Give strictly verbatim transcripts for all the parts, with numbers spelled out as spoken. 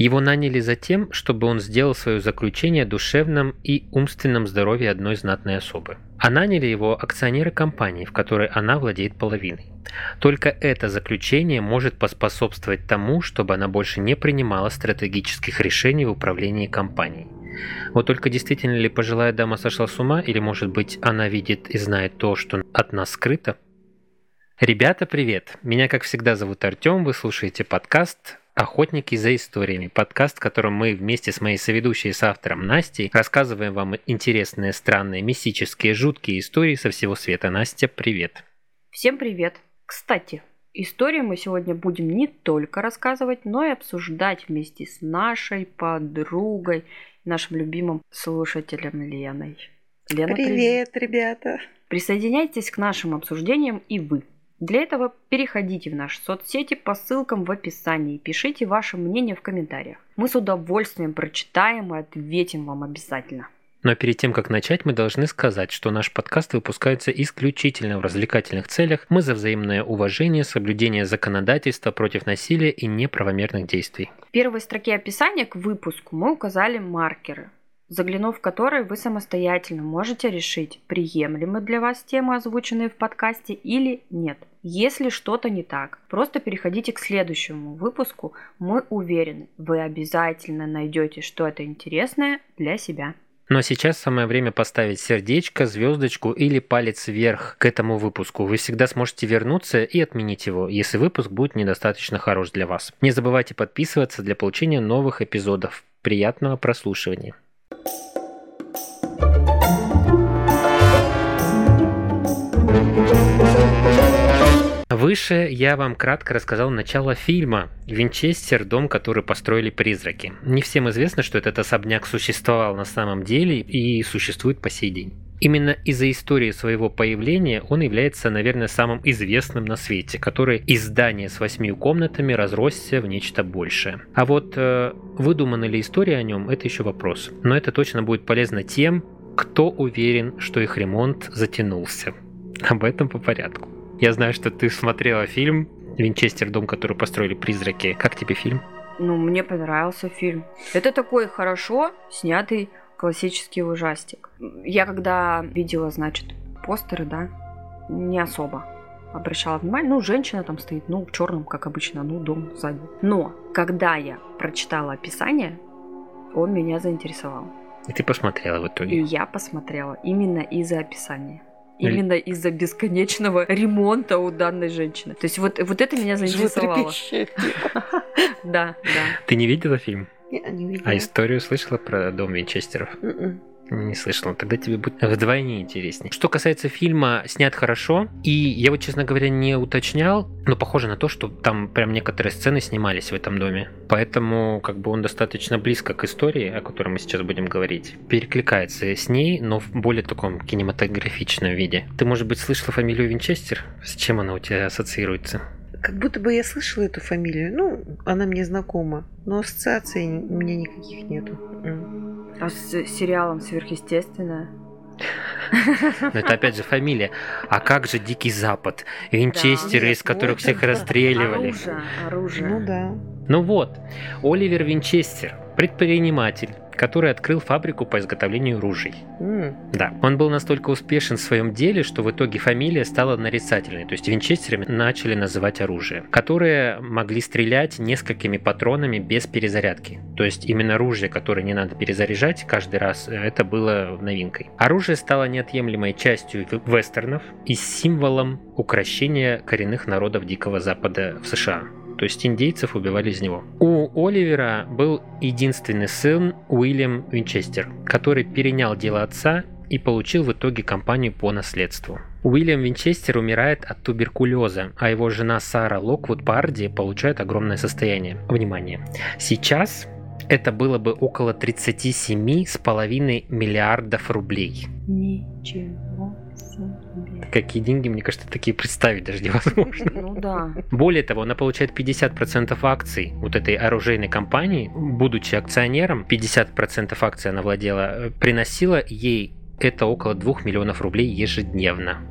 Его наняли за тем, чтобы он сделал свое заключение о душевном и умственном здоровье одной знатной особы. А наняли его акционеры компании, в которой она владеет половиной. Только это заключение может поспособствовать тому, чтобы она больше не принимала стратегических решений в управлении компанией. Вот только действительно ли пожилая дама сошла с ума, или, может быть, она видит и знает то, что от нас скрыто? Ребята, привет! Меня, как всегда, зовут Артем, вы слушаете подкаст «Охотники за историями», подкаст, в котором мы вместе с моей соведущей и соавтором Настей рассказываем вам интересные, странные, мистические, жуткие истории со всего света. Настя, привет! Всем привет! Кстати, истории мы сегодня будем не только рассказывать, но и обсуждать вместе с нашей подругой, нашим любимым слушателем Леной. Лена, привет, привет, ребята! Присоединяйтесь к нашим обсуждениям и вы. Для этого переходите в наши соцсети по ссылкам в описании и пишите ваше мнение в комментариях. Мы с удовольствием прочитаем и ответим вам обязательно. Но перед тем, как начать, мы должны сказать, что наш подкаст выпускается исключительно в развлекательных целях. Мы за взаимное уважение, соблюдение законодательства против насилия и неправомерных действий. В первой строке описания к выпуску мы указали маркеры, заглянув в которые вы самостоятельно можете решить, приемлемы для вас темы, озвученные в подкасте, или нет. Если что-то не так, просто переходите к следующему выпуску. Мы уверены, вы обязательно найдете что-то интересное для себя. Но сейчас самое время поставить сердечко, звездочку или палец вверх к этому выпуску. Вы всегда сможете вернуться и отменить его, если выпуск будет недостаточно хорош для вас. Не забывайте подписываться для получения новых эпизодов. Приятного прослушивания. Выше я вам кратко рассказал начало фильма «Винчестер. Дом, который построили призраки». Не всем известно, что этот особняк существовал на самом деле и существует по сей день. Именно из-за истории своего появления он является, наверное, самым известным на свете, который из здания с восьмью комнатами разросся в нечто большее. А вот э, выдумана ли история о нем, это еще вопрос. Но это точно будет полезно тем, кто уверен, что их ремонт затянулся. Об этом по порядку. Я знаю, что ты смотрела фильм «Винчестер. Дом, который построили призраки». Как тебе фильм? Ну, мне понравился фильм. Это такой хорошо снятый классический ужастик. Я когда видела, значит, постеры, да, не особо обращала внимание. Ну, женщина там стоит, ну, в черном, как обычно, ну, дом сзади. Но когда я прочитала описание, он меня заинтересовал. И ты посмотрела в итоге? И я посмотрела именно из-за описания. Именно из-за бесконечного ремонта у данной женщины. То есть вот, вот это меня заинтересовало. Да, да. Ты не видела фильм? Я не видела. А историю слышала про дом Винчестеров? Mm-mm. Не слышала. Тогда тебе будет вдвойне интереснее. Что касается фильма, снят хорошо. И я вот, честно говоря, не уточнял, но похоже на то, что там прям некоторые сцены снимались в этом доме. Поэтому как бы он достаточно близко к истории, о которой мы сейчас будем говорить. Перекликается с ней, но в более таком кинематографичном виде. Ты, может быть, слышала фамилию Винчестер? С чем она у тебя ассоциируется? Как будто бы я слышала эту фамилию. Ну, она мне знакома, но ассоциаций у меня никаких нету. А с сериалом «Сверхъестественное»? Но это опять же фамилия. А как же Дикий Запад? Винчестеры, да, из которых вот всех это. расстреливали. Оружие, оружие. Ну да. Ну вот, Оливер Винчестер, предприниматель, который открыл фабрику по изготовлению ружей. Mm. Да, он был настолько успешен в своем деле, что в итоге фамилия стала нарицательной, то есть винчестерами начали называть оружие, которые могли стрелять несколькими патронами без перезарядки. То есть именно ружье, которое не надо перезаряжать каждый раз, это было новинкой. Оружие стало неотъемлемой частью вестернов и символом укрощения коренных народов Дикого Запада в США. То есть индейцев убивали из него. У Оливера был единственный сын Уильям Винчестер, который перенял дело отца и получил в итоге компанию по наследству. Уильям Винчестер умирает от туберкулеза, а его жена Сара Локвуд Парди получает огромное состояние. Внимание! Сейчас это было бы около тридцать семь с половиной миллиардов рублей. Ничего себе. Какие деньги, мне кажется, такие представить даже невозможно. Ну да. Более того, она получает пятьдесят процентов акций вот этой оружейной компании. Будучи акционером, пятьдесят процентов акций она владела, приносила ей это около двух миллионов рублей ежедневно.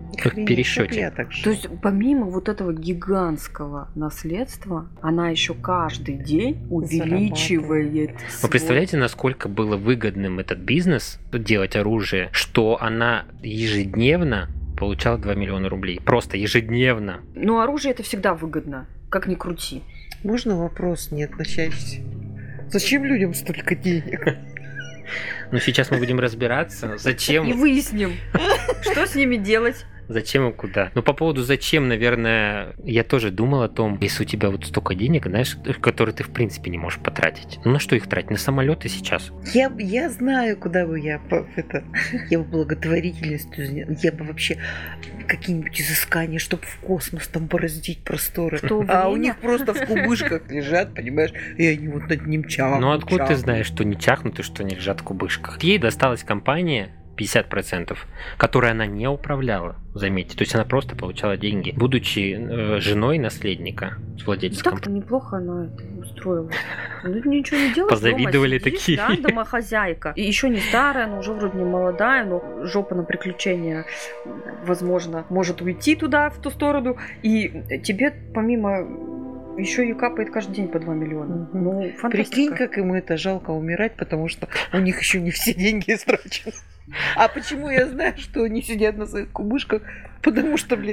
Как в пересчете. То есть помимо вот этого гигантского наследства, она еще каждый день увеличивает. Вы представляете, насколько было выгодным этот бизнес делать оружие, что она ежедневно получала два миллиона рублей. Просто ежедневно. Ну, оружие это всегда выгодно, как ни крути. Можно вопрос, не относящийся? Зачем людям столько денег? Ну, сейчас мы будем разбираться, зачем... И выясним, что с ними делать. Зачем и куда? Ну, по поводу зачем, наверное, я тоже думал о том, если у тебя вот столько денег, знаешь, которые ты в принципе не можешь потратить. Ну, на что их тратить? На самолеты сейчас? Я, я знаю, куда бы я это, я бы благотворительностью, я бы вообще какие-нибудь изыскания, чтобы в космос там бороздить просторы. А у них просто в кубышках лежат, понимаешь, и они вот над ним чахнут. Ну, откуда ты знаешь, что не чахнут и что не лежат в кубышках? Ей досталась компания пятьдесят процентов, которой она не управляла, заметьте. То есть она просто получала деньги, будучи э, женой наследника, владельца компании. Так-то неплохо она это устроила. Ну, ничего не делаешь. Позавидовали дома сидишь, такие. Да, домохозяйка. И еще не старая, но уже вроде не молодая, но жопа на приключения, возможно, может уйти туда, в ту сторону. И тебе помимо... еще и капает каждый день по два миллиона. Угу. Ну, фантастика. Прикинь, как ему это жалко умирать, потому что у них еще не все деньги истрачены. А почему я знаю, что они сидят на своих кубышках? Потому что, блин,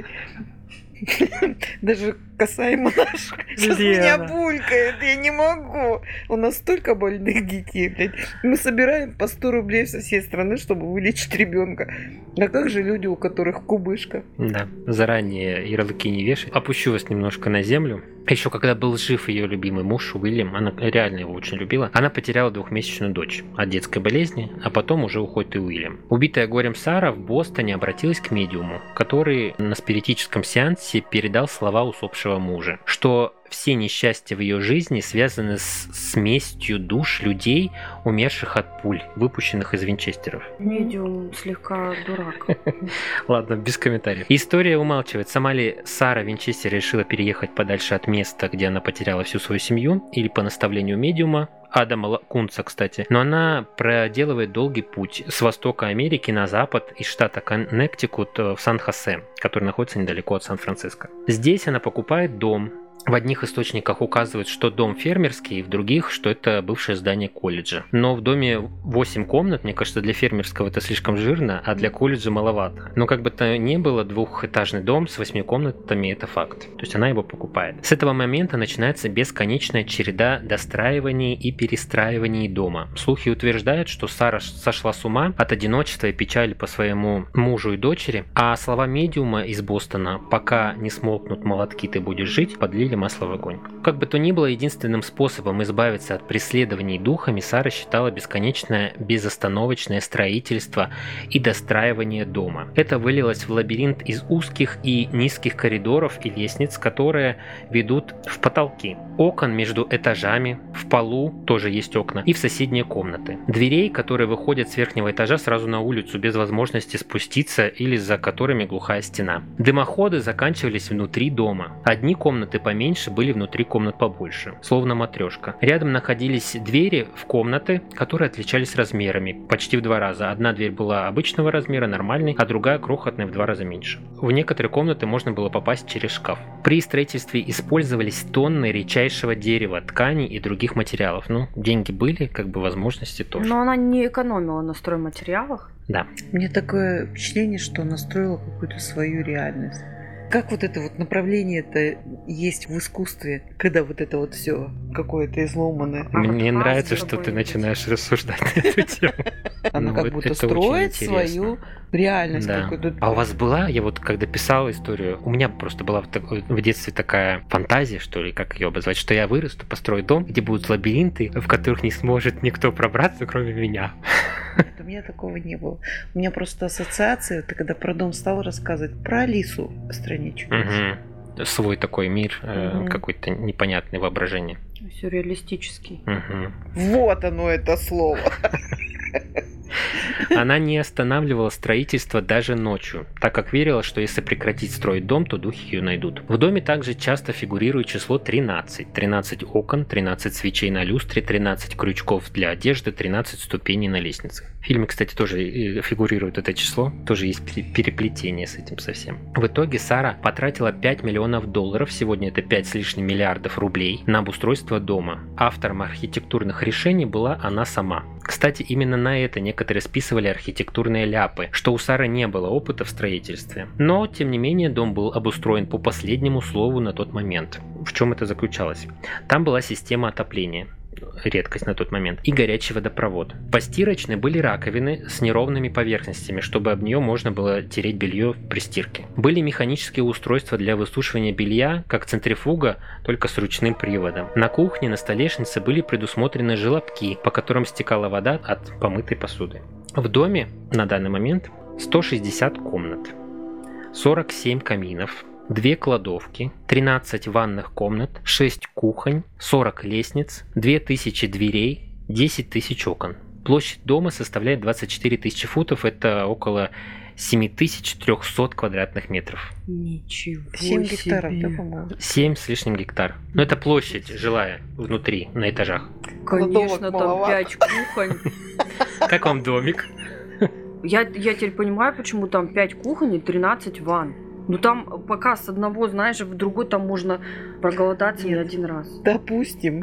даже касаемо наших, сейчас меня булькает, я не могу. У нас столько больных детей, блядь. Мы собираем по сто рублей со всей страны, чтобы вылечить ребенка. А как же люди, у которых кубышка? Да, заранее ярлыки не вешать. Опущу вас немножко на землю. Еще когда был жив ее любимый муж Уильям, она реально его очень любила, она потеряла двухмесячную дочь от детской болезни, а потом уже уходит и Уильям. Убитая горем Сара в Бостоне обратилась к медиуму, который на спиритическом сеансе передал слова усопшего мужа, что все несчастья в ее жизни связаны с смесью душ людей, умерших от пуль, выпущенных из винчестеров. Медиум слегка дурак. Ладно, без комментариев. История умалчивает, сама ли Сара Винчестер решила переехать подальше от места, где она потеряла всю свою семью, или по наставлению медиума, Адама Кунца, кстати. Но она проделывает долгий путь с востока Америки на запад из штата Коннектикут в Сан-Хосе, который находится недалеко от Сан-Франциско. Здесь она покупает дом. В одних источниках указывают, что дом фермерский, в других, что это бывшее здание колледжа. Но в доме восемь комнат, мне кажется, для фермерского это слишком жирно, а для колледжа маловато. Но как бы то ни было, двухэтажный дом с восьми комнатами – это факт. То есть она его покупает. С этого момента начинается бесконечная череда достраиваний и перестраиваний дома. Слухи утверждают, что Сара сошла с ума от одиночества и печали по своему мужу и дочери, а слова медиума из Бостона «пока не смолкнут молотки, ты будешь жить» подлили масло в огонь. Как бы то ни было, единственным способом избавиться от преследований духами Сара считала бесконечное безостановочное строительство и достраивание дома. Это вылилось в лабиринт из узких и низких коридоров и лестниц, которые ведут в потолки. Окон между этажами, в полу тоже есть окна, и в соседние комнаты. Дверей, которые выходят с верхнего этажа сразу на улицу без возможности спуститься или за которыми глухая стена. Дымоходы заканчивались внутри дома. Одни комнаты поменьше меньше были внутри комнат побольше, словно матрешка. Рядом находились двери в комнаты, которые отличались размерами, почти в два раза. Одна дверь была обычного размера, нормальной, а другая крохотная в два раза меньше. В некоторые комнаты можно было попасть через шкаф. При строительстве использовались тонны редчайшего дерева, тканей и других материалов. Ну, деньги были, как бы возможности тоже. Но она не экономила на стройматериалах. Да. Мне такое впечатление, что она строила какую-то свою реальность. Как вот это вот направление-то есть в искусстве, когда вот это вот все какое-то изломанное? Мне а нравится, что ты начинаешь рассуждать на эту тему. Она как будто строит свою реальность какую-то. А у вас была, я вот когда писал историю, у меня просто была в детстве такая фантазия, что ли, как ее обозвать, что я вырасту, построю дом, где будут лабиринты, в которых не сможет никто пробраться, кроме меня. Нет, у меня такого не было. У меня просто ассоциация, ты когда про дом стал рассказывать, про Алису в «Стране чудес». Угу. Свой такой мир, угу. э, какой-то непонятный воображение. Сюрреалистический. Угу. Вот оно, это слово. Она не останавливала строительство даже ночью, так как верила, что если прекратить строить дом, то духи ее найдут. В доме также часто фигурирует число тринадцать. тринадцать окон, тринадцать свечей на люстре, тринадцать крючков для одежды, тринадцать ступеней на лестнице. В фильме, кстати, тоже фигурирует это число, тоже есть переплетение с этим совсем. В итоге Сара потратила пять миллионов долларов, сегодня это пять с лишним миллиардов рублей, на обустройство дома. Автором архитектурных решений была она сама. Кстати, именно на это некоторые списывали архитектурные ляпы, что у Сары не было опыта в строительстве. Но, тем не менее, дом был обустроен по последнему слову на тот момент. В чем это заключалось? Там была система отопления, редкость на тот момент, и горячий водопровод. В постирочной были раковины с неровными поверхностями, чтобы об нее можно было тереть белье при стирке. Были механические устройства для высушивания белья, как центрифуга, только с ручным приводом. На кухне, на столешнице были предусмотрены желобки, по которым стекала вода от помытой посуды. В доме на данный момент сто шестьдесят комнат, сорок семь каминов, две кладовки, тринадцать ванных комнат, шесть кухонь, сорок лестниц, две тысячи дверей, десять тысяч окон. Площадь дома составляет двадцать четыре тысячи футов, это около семь тысяч триста квадратных метров. Ничего семь себе. гектаров, да, по-моему? семь с лишним гектар. Но это площадь жилая внутри, на этажах. Конечно, там пять кухонь. Как вам домик? Я, я теперь понимаю, почему там пять кухонь и тринадцать ванн. Ну там пока с одного, знаешь, в другой там можно проголодаться не один раз. Допустим.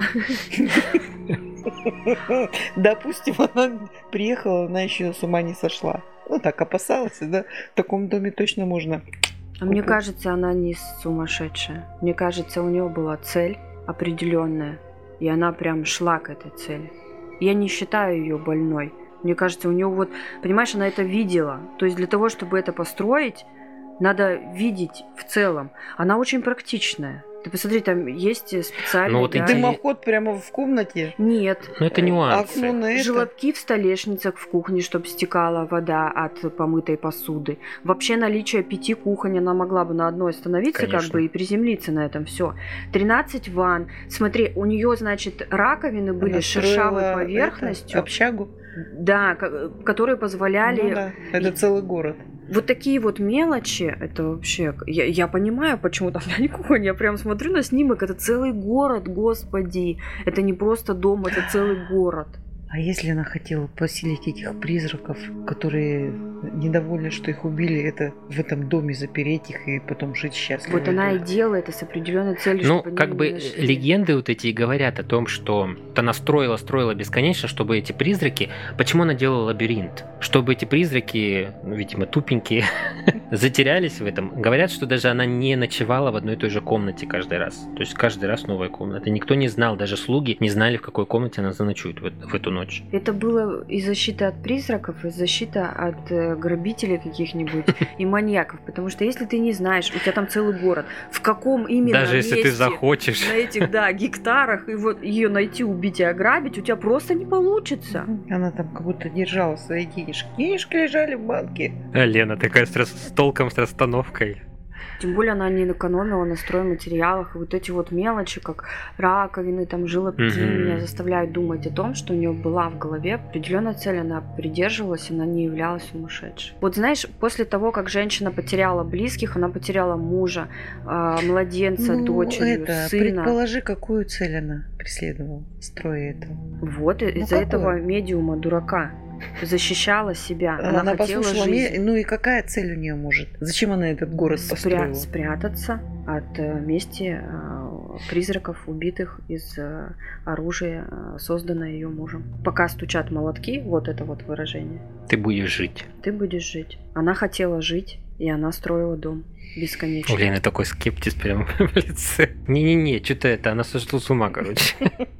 Допустим, она приехала, она еще с ума не сошла. Ну так, опасалась, да? В таком доме точно можно. А мне кажется, она не сумасшедшая. Мне кажется, у нее была цель определенная, и она прям шла к этой цели. Я не считаю ее больной. Мне кажется, у нее вот, понимаешь, она это видела. То есть для того, чтобы это построить, надо видеть в целом. Она очень практичная. Ты посмотри, там есть специальные... Ну, вот да, и дымоход прямо в комнате? Нет. Ну, это нюансы. Окно на это. Желобки в столешницах в кухне, чтобы стекала вода от помытой посуды. Вообще наличие пяти кухонь, она могла бы на одной остановиться, Конечно. как бы, и приземлиться на этом. Все. тринадцать ванн. Смотри, у нее, значит, раковины были Она с шершавой строила поверхностью. это, общагу? Да, которые позволяли... Ну, да. Это целый город. Вот такие вот мелочи, это вообще... Я, я понимаю, почему там пять кухонь. Я прям смотрю на снимок, это целый город, господи. Это не просто дом, это целый город. А если она хотела поселить этих призраков, которые недовольны, что их убили, это в этом доме запереть их и потом жить счастливо? Вот она и делает это с определенной целью, Ну, чтобы они как не бы нашли. легенды вот эти и говорят о том, что она строила, строила бесконечно, чтобы эти призраки... Почему она делала лабиринт? Чтобы эти призраки, ну, видимо, тупенькие, затерялись в этом. Говорят, что даже она не ночевала в одной и той же комнате каждый раз. То есть каждый раз новая комната. Никто не знал, даже слуги не знали, в какой комнате она заночует в, в эту ночь. Это было и защита от призраков, и защита от э, грабителей каких-нибудь и маньяков. Потому что если ты не знаешь, у тебя там целый город, в каком именно Даже если месте, ты захочешь. на этих, да, гектарах, и вот ее найти, убить и ограбить, у тебя просто не получится. Она там как будто держала свои денежки. Денежки лежали в банке. А Лена такая с, рас- с толком, с расстановкой. Тем более она не экономила на стройматериалах. И вот эти вот мелочи, как раковины, там, желобки, Мгм. меня заставляют думать о том, что у нее была в голове определенная цель, она придерживалась, она не являлась сумасшедшей. Вот знаешь, после того, как женщина потеряла близких, она потеряла мужа, э, младенца, Ну, дочерью, это, сына. предположи, какую цель она преследовала, строя это. Вот и- из-за какой? этого медиума, дурака, защищала себя. Она, Она, хотела послушала жизнь. меня, ну и какая цель у нее может? Зачем она этот город Спря- построила? спрятаться от э, мести э, призраков, убитых из э, оружия, э, созданное ее мужем. Пока стучат молотки, вот это вот выражение, Ты будешь жить. ты будешь жить. Она хотела жить, и она строила дом бесконечно. У Лены такой скептиз прямо в лице. Не-не-не, что-то это, она сошла с ума, короче.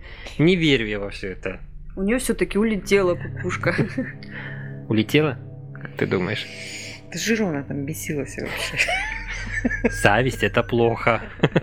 Не верю я во все это. У нее все-таки улетела кукушка. Улетела? Как ты думаешь? Ты Жирона там бесилась вообще. Зависть — это плохо.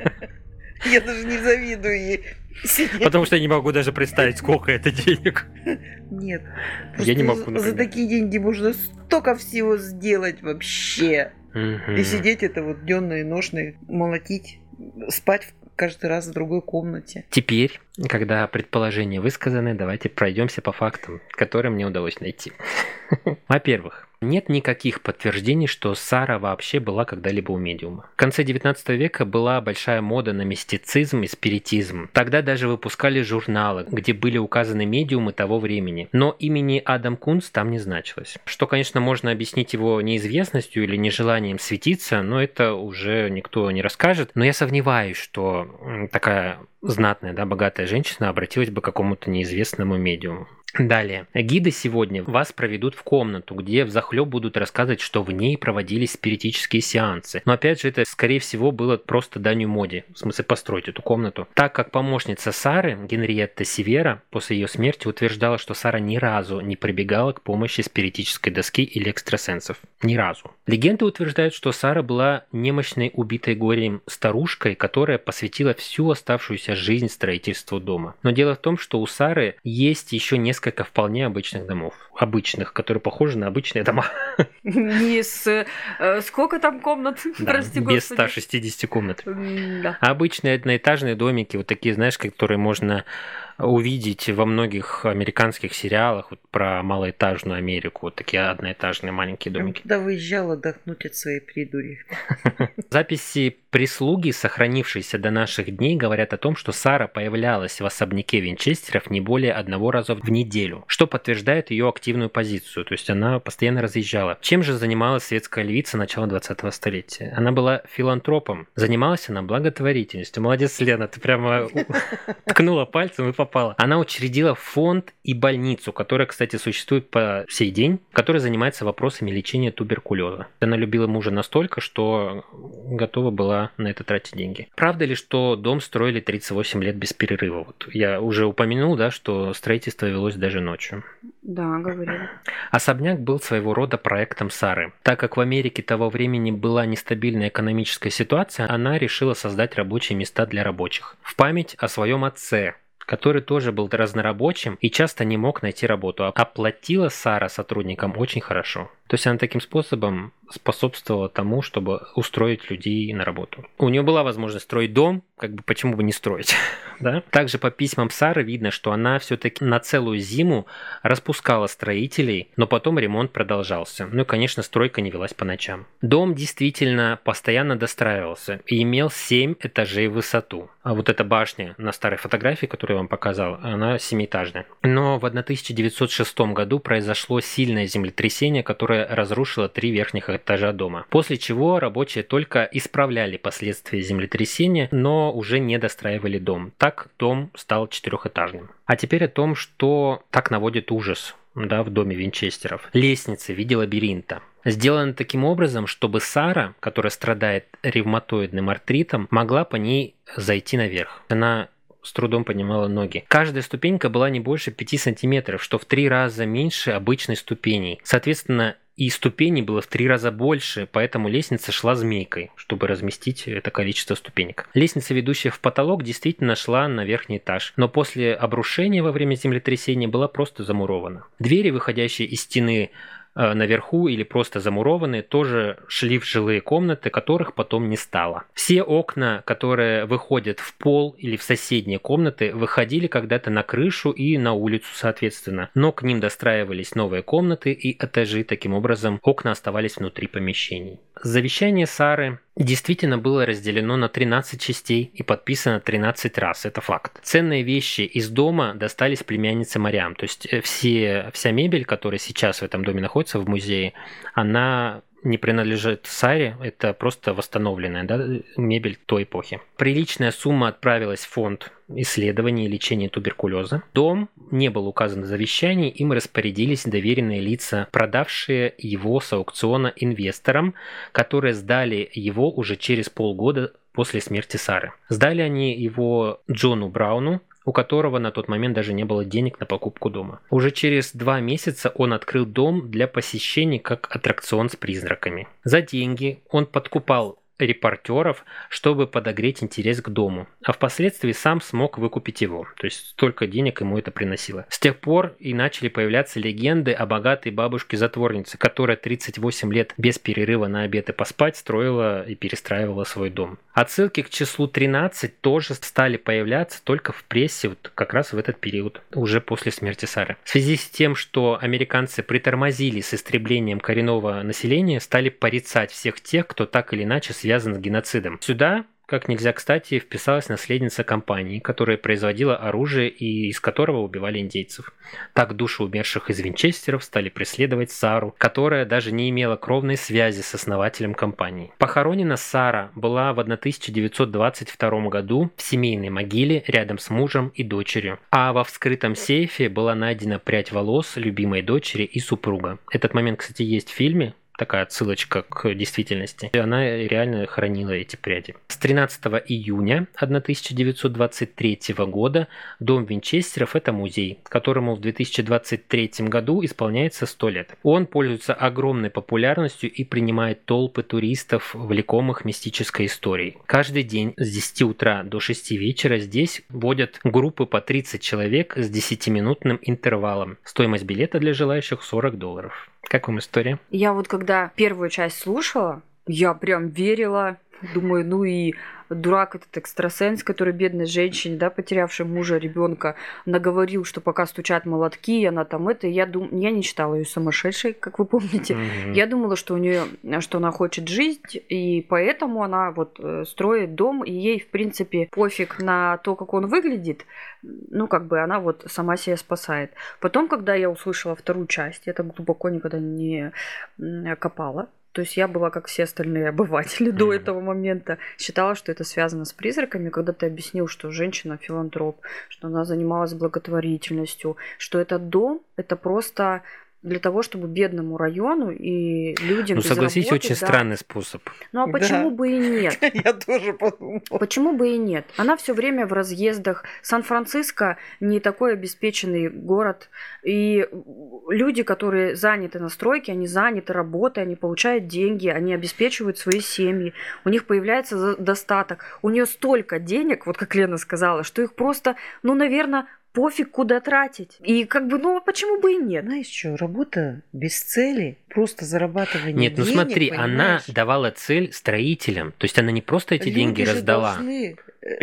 Я даже не завидую ей. Сидеть. Потому что я не могу даже представить, сколько это денег. Нет. Я не Просто могу, За например. такие деньги можно столько всего сделать вообще. Мгм. И сидеть это вот дённо и ношно, молотить, спать каждый раз в другой комнате. Теперь Когда предположения высказаны, давайте пройдемся по фактам, которые мне удалось найти. Во-первых, нет никаких подтверждений, что Сара вообще была когда-либо у медиума. В конце девятнадцатого века была большая мода на мистицизм и спиритизм. Тогда даже выпускали журналы, где были указаны медиумы того времени. Но имени Адам Кунц там не значилось. Что, конечно, можно объяснить его неизвестностью или нежеланием светиться, но это уже никто не расскажет. Но я сомневаюсь, что такая знатная, да, богатая женщина обратилась бы к какому-то неизвестному медиуму. Далее. Гиды сегодня вас проведут в комнату, где взахлеб будут рассказывать, что в ней проводились спиритические сеансы. Но опять же, это, скорее всего, было просто данью моде. В смысле, построить эту комнату. Так как помощница Сары, Генриетта Сивера, после ее смерти утверждала, что Сара ни разу не прибегала к помощи спиритической доски или экстрасенсов. Ни разу. Легенды утверждают, что Сара была немощной, убитой горем старушкой, которая посвятила всю оставшуюся жизнь строительству дома. Но дело в том, что у Сары есть еще несколько несколько вполне обычных домов. Обычных, которые похожи на обычные дома. Не с... Сколько там комнат? Да, прости, без Господи. ста шестидесяти комнат. Да. Обычные одноэтажные домики, вот такие, знаешь, которые можно увидеть во многих американских сериалах вот про малоэтажную Америку. Вот такие одноэтажные маленькие домики. Я туда выезжала отдохнуть от своей придури. Записи прислуги, сохранившиеся до наших дней, говорят о том, что Сара появлялась в особняке Винчестеров не более одного раза в неделю, что подтверждает ее активную позицию, то есть она постоянно разъезжала. Чем же занималась светская львица начала двадцатого столетия? Она была филантропом, занималась она благотворительностью. Молодец, Лена, ты прямо ткнула пальцем и попала. Она учредила фонд и больницу, которая, кстати, существует по сей день, которая занимается вопросами лечения туберкулеза. Она любила мужа настолько, что готова была на это тратить деньги. Правда ли, что дом строили тридцать восемь лет без перерыва? Вот я уже упомянул, да, что строительство велось даже ночью. Да, говорили. Особняк был своего рода проектом Сары. Так как в Америке того времени была нестабильная экономическая ситуация, она решила создать рабочие места для рабочих. В память о своем отце, который тоже был разнорабочим и часто не мог найти работу. А платила Сара сотрудникам очень хорошо. То есть она таким способом способствовала тому, чтобы устроить людей на работу. У нее была возможность строить дом, как бы почему бы не строить. Да? Также по письмам Сары видно, что она все-таки на целую зиму распускала строителей, но потом ремонт продолжался. Ну и, конечно, стройка не велась по ночам. Дом действительно постоянно достраивался и имел семь этажей в высоту. А вот эта башня на старой фотографии, которую я вам показал, она семиэтажная. Но в тысяча девятьсот шестом году произошло сильное землетрясение, которое разрушило три верхних этажа дома. После чего рабочие только исправляли последствия землетрясения, но уже не достраивали дом. Так дом стал четырехэтажным. А теперь о том, что так наводит ужас, да, в доме Винчестеров. Лестницы в виде лабиринта. Сделано таким образом, чтобы Сара, которая страдает ревматоидным артритом, могла по ней зайти наверх. Она с трудом поднимала ноги. Каждая ступенька была не больше пяти сантиметров, что в три раза меньше обычной ступеней. Соответственно, и ступеней было в три раза больше, поэтому лестница шла змейкой, чтобы разместить это количество ступенек. Лестница, ведущая в потолок, действительно шла на верхний этаж, но после обрушения во время землетрясения была просто замурована. Двери, выходящие из стены наверху или просто замурованные, тоже шли в жилые комнаты, которых потом не стало. Все окна, которые выходят в пол или в соседние комнаты, выходили когда-то на крышу и на улицу, соответственно. Но к ним достраивались новые комнаты и этажи. Таким образом, окна оставались внутри помещений. Завещание Сары действительно было разделено на тринадцать частей и подписано тринадцать раз. Это факт. Ценные вещи из дома достались племяннице Мариам. То есть все, вся мебель, которая сейчас в этом доме находится в музее, она не принадлежит Саре, это просто восстановленная, да, мебель той эпохи. Приличная сумма отправилась в фонд исследований и лечения туберкулеза. Дом не был указан в завещании, им распорядились доверенные лица, продавшие его с аукциона инвесторам, которые сдали его уже через полгода после смерти Сары. Сдали они его Джону Брауну, у которого на тот момент даже не было денег на покупку дома. Уже через два месяца он открыл дом для посещений как аттракцион с призраками. За деньги он подкупал репортеров, чтобы подогреть интерес к дому, а впоследствии сам смог выкупить его. То есть столько денег ему это приносило. С тех пор и начали появляться легенды о богатой бабушке-затворнице, которая тридцать восемь лет без перерыва на обед и поспать строила и перестраивала свой дом. Отсылки к числу тринадцать тоже стали появляться только в прессе вот как раз в этот период, уже после смерти Сары. В связи с тем, что американцы притормозили с истреблением коренного населения, стали порицать всех тех, кто так или иначе связан с геноцидом. Сюда, как нельзя кстати, вписалась наследница компании, которая производила оружие и из которого убивали индейцев. Так души умерших из Винчестеров стали преследовать Сару, которая даже не имела кровной связи с основателем компании. Похоронена Сара была в тысяча девятьсот двадцать втором году в семейной могиле рядом с мужем и дочерью, а во вскрытом сейфе была найдена прядь волос любимой дочери и супруга. Этот момент, кстати, есть в фильме. Такая отсылочка к действительности. И она реально хранила эти пряди. С тринадцатого июня тысяча девятьсот двадцать третьего года дом Винчестеров – это музей, которому в две тысячи двадцать третьем году исполняется сто лет. Он пользуется огромной популярностью и принимает толпы туристов, влекомых мистической историей. Каждый день с десяти утра до шести вечера здесь водят группы по тридцать человек с десятиминутным интервалом. Стоимость билета для желающих сорок долларов. Как вам история? Я вот когда первую часть слушала, я прям верила. Думаю, ну и дурак этот экстрасенс, который бедной женщине, да, потерявшей мужа, ребенка, наговорил, что пока стучат молотки, она там это. Я дум... я не считала ее сумасшедшей, как вы помните. Mm-hmm. Я думала, что у нее, что она хочет жить, и поэтому она вот строит дом, и ей, в принципе, пофиг на то, как он выглядит. Ну, как бы она вот сама себя спасает. Потом, когда я услышала вторую часть, я так глубоко никогда не копала. То есть я была, как все остальные обыватели mm-hmm. до этого момента, считала, что это связано с призраками. Когда ты объяснил, что женщина филантроп, что она занималась благотворительностью, что этот дом – это просто для того, чтобы бедному району и людям ну, без согласись, работы, очень да. странный способ. Ну, а почему да. бы и нет? Я тоже подумала. Почему бы и нет? Она все время в разъездах. Сан-Франциско не такой обеспеченный город. И люди, которые заняты на стройке, они заняты работой, они получают деньги, они обеспечивают свои семьи. У них появляется достаток. У нее столько денег, вот как Лена сказала, что их просто, ну, наверное, пофиг, куда тратить. И как бы, ну, почему бы и нет? Знаешь что, работа без цели, просто зарабатывание Нет, ну денег, смотри, понимаешь? она давала цель строителям. То есть она не просто эти Люди деньги же раздала. Должны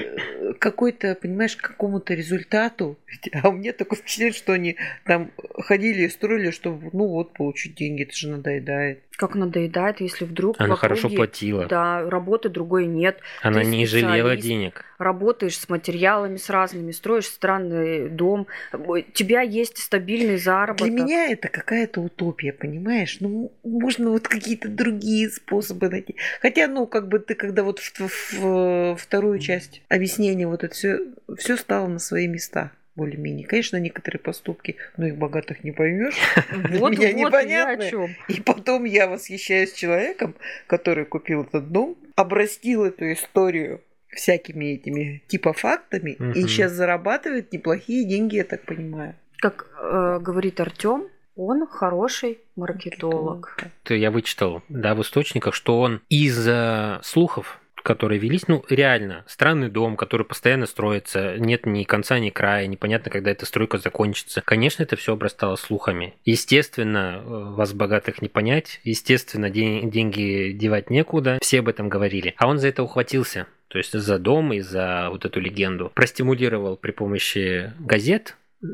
какой-то, понимаешь, к какому-то результату. А у меня такое впечатление, что они там ходили и строили, чтобы, ну вот, получить деньги. Это же надоедает. Как надоедает, если вдруг Она в хорошо округе, платила. Да, работы другой нет. Она Ты не жалела специалист, денег. Работаешь с материалами, с разными, строишь странный дом. У тебя есть стабильный заработок. Для меня это какая-то утопия, понимаешь? Ну, можно вот какие-то другие способы найти. Хотя, ну, как бы ты, когда вот в, в, в вторую часть объяснения вот это все, все стало на свои места. Более-менее. Конечно, некоторые поступки, но их богатых не поймешь. Вот, Для меня вот непонятно. Я о чем. И потом я восхищаюсь человеком, который купил этот дом, обрастил эту историю всякими этими типа фактами Угу. и сейчас зарабатывает неплохие деньги, я так понимаю. Как э, говорит Артём, он хороший маркетолог. То я вычитал, да, в источниках, что он из-за слухов, которые велись, ну, реально, странный дом, который постоянно строится, нет ни конца, ни края, непонятно, когда эта стройка закончится. Конечно, это все обрастало слухами. Естественно, вас богатых не понять, естественно, день, деньги девать некуда, все об этом говорили. А он за это ухватился, то есть за дом и за вот эту легенду. Простимулировал при помощи газет,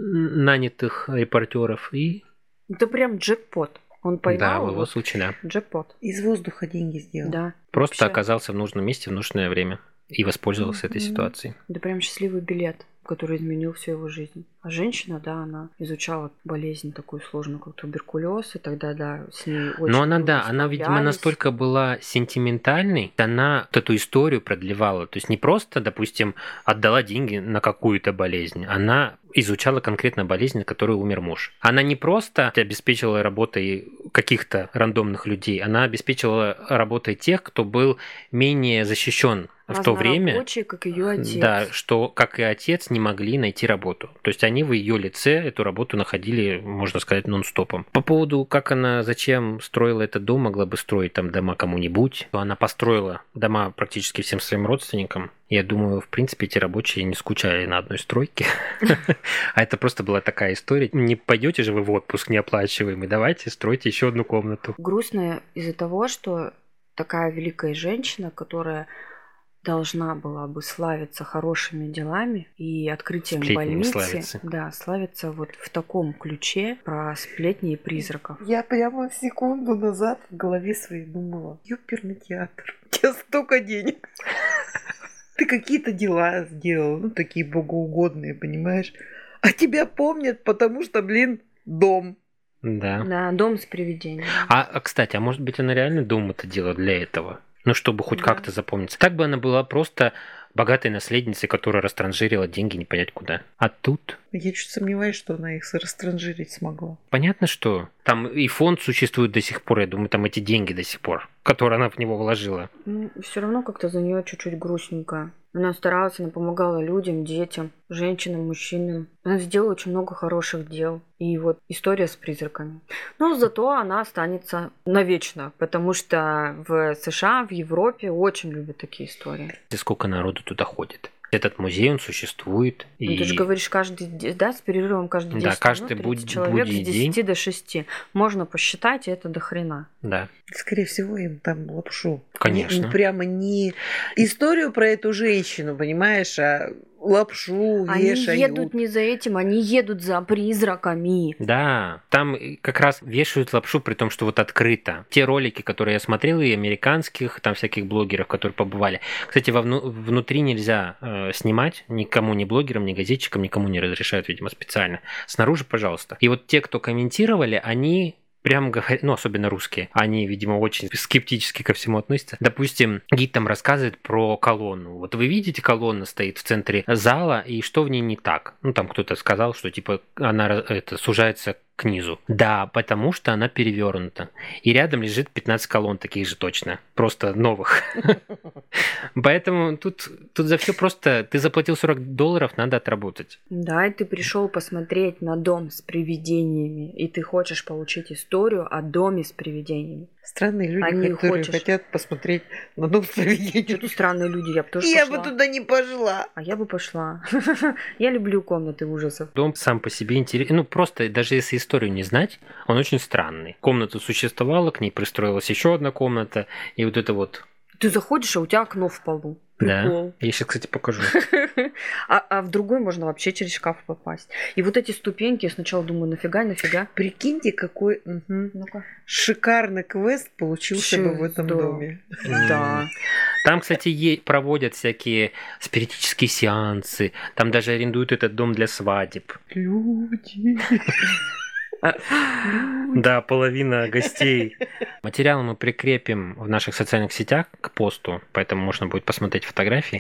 нанятых репортеров, и... Это прям джекпот. Он поймал. Да, в его вот случае, да. Джекпот. Из воздуха деньги сделал. Да. Просто Вообще. оказался в нужном месте в нужное время и воспользовался mm-hmm. этой ситуацией. Да прям счастливый билет, который изменил всю его жизнь. А женщина, да, она изучала болезнь такую сложную, как туберкулез, и тогда, да, с ней очень... Но она, да, она, видимо, настолько была сентиментальной, она вот эту историю продлевала. То есть не просто, допустим, отдала деньги на какую-то болезнь, она изучала конкретно болезнь, от которой умер муж. Она не просто обеспечила работой каких-то рандомных людей, она обеспечила работой тех, кто был менее защищен в то время, как ее отец. Да, что, как и отец, не могли найти работу. То есть они в ее лице эту работу находили, можно сказать, нон-стопом. По поводу, как она, зачем строила этот дом, могла бы строить там дома кому-нибудь. Она построила дома практически всем своим родственникам. Я думаю, в принципе, эти рабочие не скучали на одной стройке. А это просто была такая история. Не пойдете же вы в отпуск неоплачиваемый, давайте стройте еще одну комнату. Грустно из-за того, что такая великая женщина, которая должна была бы славиться хорошими делами и открытием Сплетнями больницы. славиться. Да, славиться вот в таком ключе про сплетни и призраков. Я прямо секунду назад в голове своей думала: ёперный театр, у тебя столько денег. Ты какие-то дела сделал, ну такие богоугодные, понимаешь? А тебя помнят, потому что, блин, дом. Да. Да, дом с привидением. А, а, кстати, а может быть, она реально дом это делала для этого? Ну, чтобы хоть Да. как-то запомниться. Так бы она была просто богатой наследницей, которая растранжирила деньги не понять куда. А тут... Я чуть сомневаюсь, что она их растранжирить смогла. Понятно, что там и фонд существует до сих пор, я думаю, там эти деньги до сих пор, которые она в него вложила. Ну, все равно как-то за нее чуть-чуть грустненько. Она старалась, она помогала людям, детям, женщинам, мужчинам. Она сделала очень много хороших дел. И вот история с призраками. Но зато она останется навечно, потому что в США, в Европе очень любят такие истории. И сколько народу туда ходит. Этот музей, он существует. Ну, И... ты же говоришь, каждый день, да, с перерывом каждый день. Да, каждый будь, человек будний с десяти день. до шести. Можно посчитать, и это до хрена. Да. Скорее всего, им там лапшу. Конечно. Не, прямо не историю про эту женщину, понимаешь, а лапшу Они вешают. едут не за этим, они едут за призраками. Да, там как раз вешают лапшу, при том, что вот открыто. Те ролики, которые я смотрел, и американских, там всяких блогеров, которые побывали. Кстати, вовну, внутри нельзя э, снимать, никому, ни блогерам, ни газетчикам, никому не разрешают, видимо, специально. Снаружи, пожалуйста. И вот те, кто комментировали, они... Прям говорят, ну, особенно русские, они, видимо, очень скептически ко всему относятся. Допустим, гид там рассказывает про колонну. Вот вы видите, колонна стоит в центре зала, и что в ней не так? Ну, там кто-то сказал, что, типа, она это, сужается к низу. Да, потому что она перевернута. И рядом лежит пятнадцать колонн таких же точно. Просто новых. Поэтому тут, тут за все просто... Ты заплатил сорок долларов, надо отработать. Да, и ты пришел посмотреть на дом с привидениями, и ты хочешь получить историю о доме с привидениями. Странные люди, Они которые хочешь... хотят посмотреть на дом с привидениями. Что-то странные люди, я бы тоже Я пошла. бы туда не пошла. А я бы пошла. Я люблю комнаты ужасов. Дом сам по себе интересный. Ну, просто даже если историю не знать, он очень странный. Комната существовала, к ней пристроилась еще одна комната, и вот это вот... Ты заходишь, а у тебя окно в полу. Прикол. Да. Я сейчас, кстати, покажу. а, а в другой можно вообще через шкаф попасть. И вот эти ступеньки, я сначала думаю, нафига, нафига. Прикиньте, какой угу. Ну-ка. шикарный квест получился бы в этом да. доме. Да. Там, кстати, е- проводят всякие спиритические сеансы. Там даже арендуют этот дом для свадеб. Люди. Да, половина гостей. Материал мы прикрепим в наших социальных сетях к посту, поэтому можно будет посмотреть фотографии.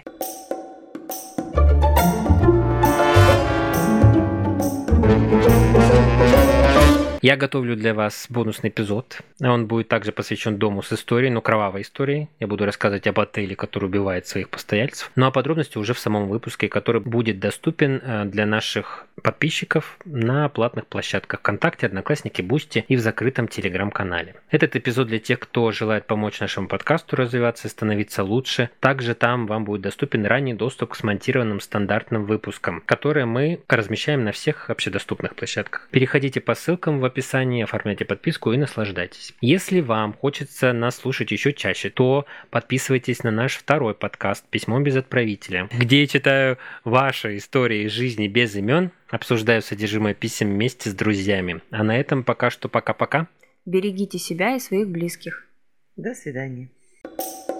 Я готовлю для вас бонусный эпизод. Он будет также посвящен дому с историей, но кровавой историей. Я буду рассказывать об отеле, который убивает своих постояльцев. Ну а подробности уже в самом выпуске, который будет доступен для наших подписчиков на платных площадках ВКонтакте, Одноклассники, Бусти и в закрытом Телеграм-канале. Этот эпизод для тех, кто желает помочь нашему подкасту развиваться и становиться лучше. Также там вам будет доступен ранний доступ к смонтированным стандартным выпускам, которые мы размещаем на всех общедоступных площадках. Переходите по ссылкам в описании, оформляйте подписку и наслаждайтесь. Если вам хочется нас слушать еще чаще, то подписывайтесь на наш второй подкаст «Письмо без отправителя», где я читаю ваши истории из жизни без имен, обсуждаю содержимое писем вместе с друзьями. А на этом пока что пока-пока. Берегите себя и своих близких. До свидания.